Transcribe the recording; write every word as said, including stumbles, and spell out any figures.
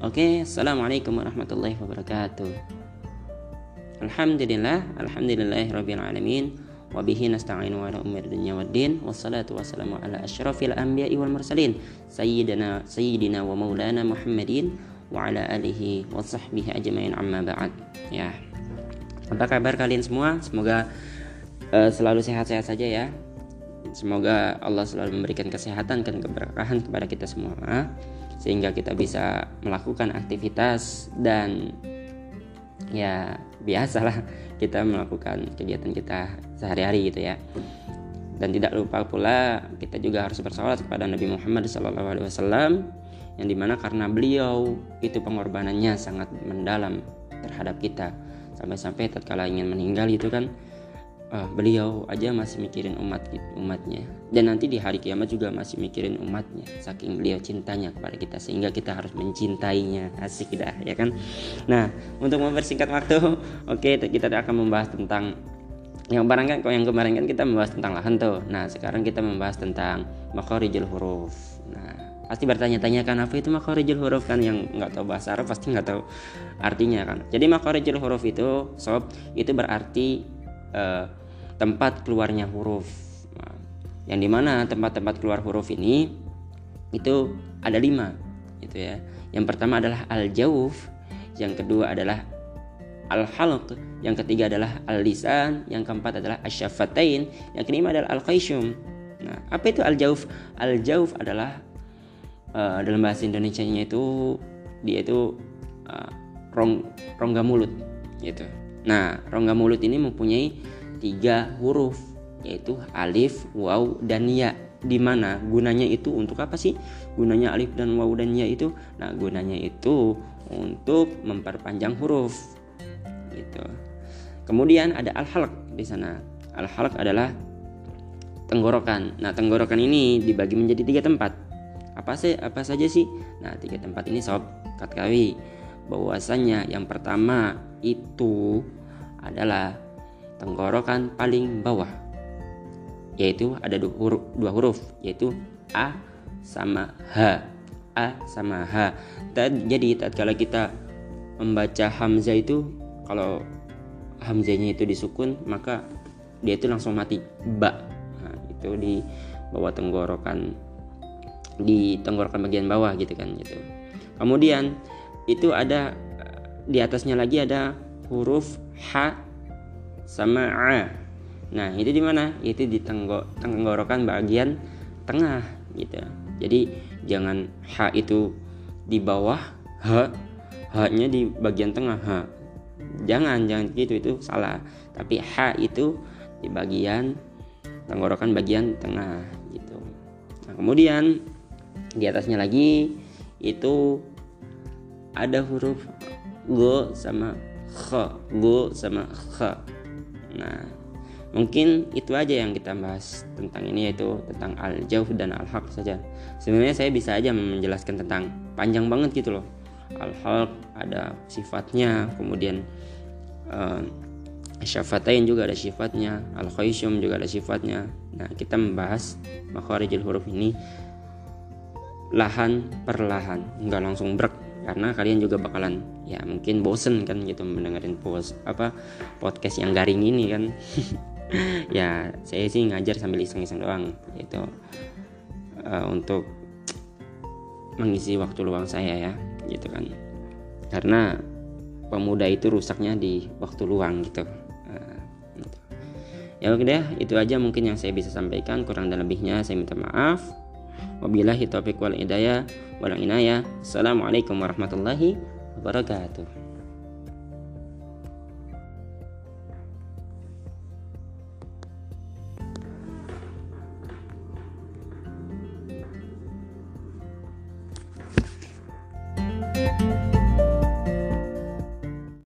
Oke, assalamualaikum warahmatullahi wabarakatuh. Alhamdulillah, alhamdulillahirabbil alamin. Wa bihi nasta'inu ala umuri dunya waddin. Wassalatu wassalamu ala asyrafil anbiya'i wal mursalin, sayyidina sayyidina wa maulana Muhammadin wa ala alihi wa sahbihi ajmain, amma ba'd. Ya. Apa kabar kalian semua? Semoga uh, selalu sehat-sehat saja ya. Semoga Allah selalu memberikan kesehatan dan keberkahan kepada kita semua, sehingga kita bisa melakukan aktivitas dan ya biasalah kita melakukan kegiatan kita sehari-hari gitu ya. Dan tidak lupa pula kita juga harus bersalawat kepada Nabi Muhammad shallallahu alaihi wasallam, yang dimana karena beliau itu pengorbanannya sangat mendalam terhadap kita, sampai-sampai tatkala ingin meninggal itu kan Uh, beliau aja masih mikirin umat umatnya, dan nanti di hari kiamat juga masih mikirin umatnya, saking beliau cintanya kepada kita, sehingga kita harus mencintainya. Asik dah ya kan. Nah, untuk mempersingkat waktu, oke okay, kita akan membahas tentang yang kemarin kan yang kemarin kan kita membahas tentang lahan tuh. Nah, sekarang kita membahas tentang makharijul huruf. Nah, pasti bertanya-tanya kan, apa itu makharijul huruf? Kan yang nggak tahu bahasa Arab pasti nggak tahu artinya kan. Jadi makharijul huruf itu sob itu berarti uh, tempat keluarnya huruf. Nah, yang dimana tempat-tempat keluar huruf ini itu ada lima, gitu ya. Yang pertama adalah al-jawf, yang kedua adalah al-halq, yang ketiga adalah al-lisan, yang keempat adalah asy-syafatain, yang kelima adalah al-khayshum. Nah, apa itu al-jawf? Al-jawf adalah uh, dalam bahasa Indonesianya itu dia itu uh, rong, rongga mulut, gitu. Nah, rongga mulut ini mempunyai tiga huruf, yaitu alif, waw, dan ya. Di mana gunanya itu untuk apa sih? Gunanya alif dan waw dan ya itu, nah gunanya itu untuk memperpanjang huruf, gitu. Kemudian ada al-halq di sana. Al-halq adalah tenggorokan. Nah, tenggorokan ini dibagi menjadi tiga tempat. Apa sih? Apa saja sih? Nah, tiga tempat ini sob katakanlah bahwasanya yang pertama itu adalah tenggorokan paling bawah, yaitu ada dua huruf, dua huruf yaitu A sama H. A sama H. Jadi tatkala kita membaca hamzah itu, kalau hamzahnya itu disukun maka dia itu langsung mati ba. Nah, itu di bawah tenggorokan, di tenggorokan bagian bawah gitu kan gitu. Kemudian itu ada di atasnya lagi ada huruf H sama A. Nah, itu di mana? Itu di tenggo, tenggorokan bagian tengah gitu. Jadi jangan H itu di bawah, H H-nya di bagian tengah. H. Jangan, jangan gitu, itu salah. Tapi H itu di bagian tenggorokan bagian tengah gitu. Nah, kemudian di atasnya lagi itu ada huruf G sama Kh, G sama Kh. Nah, mungkin itu aja yang kita bahas tentang ini, yaitu tentang al-jawf dan al-halq saja. Sebenarnya saya bisa aja menjelaskan tentang panjang banget gitu loh. Al-halq ada sifatnya, kemudian uh, syafatain juga ada sifatnya, al-khayshum juga ada sifatnya. Nah, kita membahas makharijul huruf ini lahan per lahan, enggak langsung brek, karena kalian juga bakalan ya mungkin bosen kan gitu mendengarin post apa podcast yang garing ini kan. Ya saya sih ngajar sambil iseng-iseng doang gitu, uh, untuk mengisi waktu luang saya ya gitu kan, karena pemuda itu rusaknya di waktu luang gitu. Uh, gitu. Ya oke deh, itu aja mungkin yang saya bisa sampaikan, kurang dan lebihnya saya minta maaf. Wabillahi taufiq wal hidayah wal inayah. Assalamualaikum warahmatullahi wabarakatuh.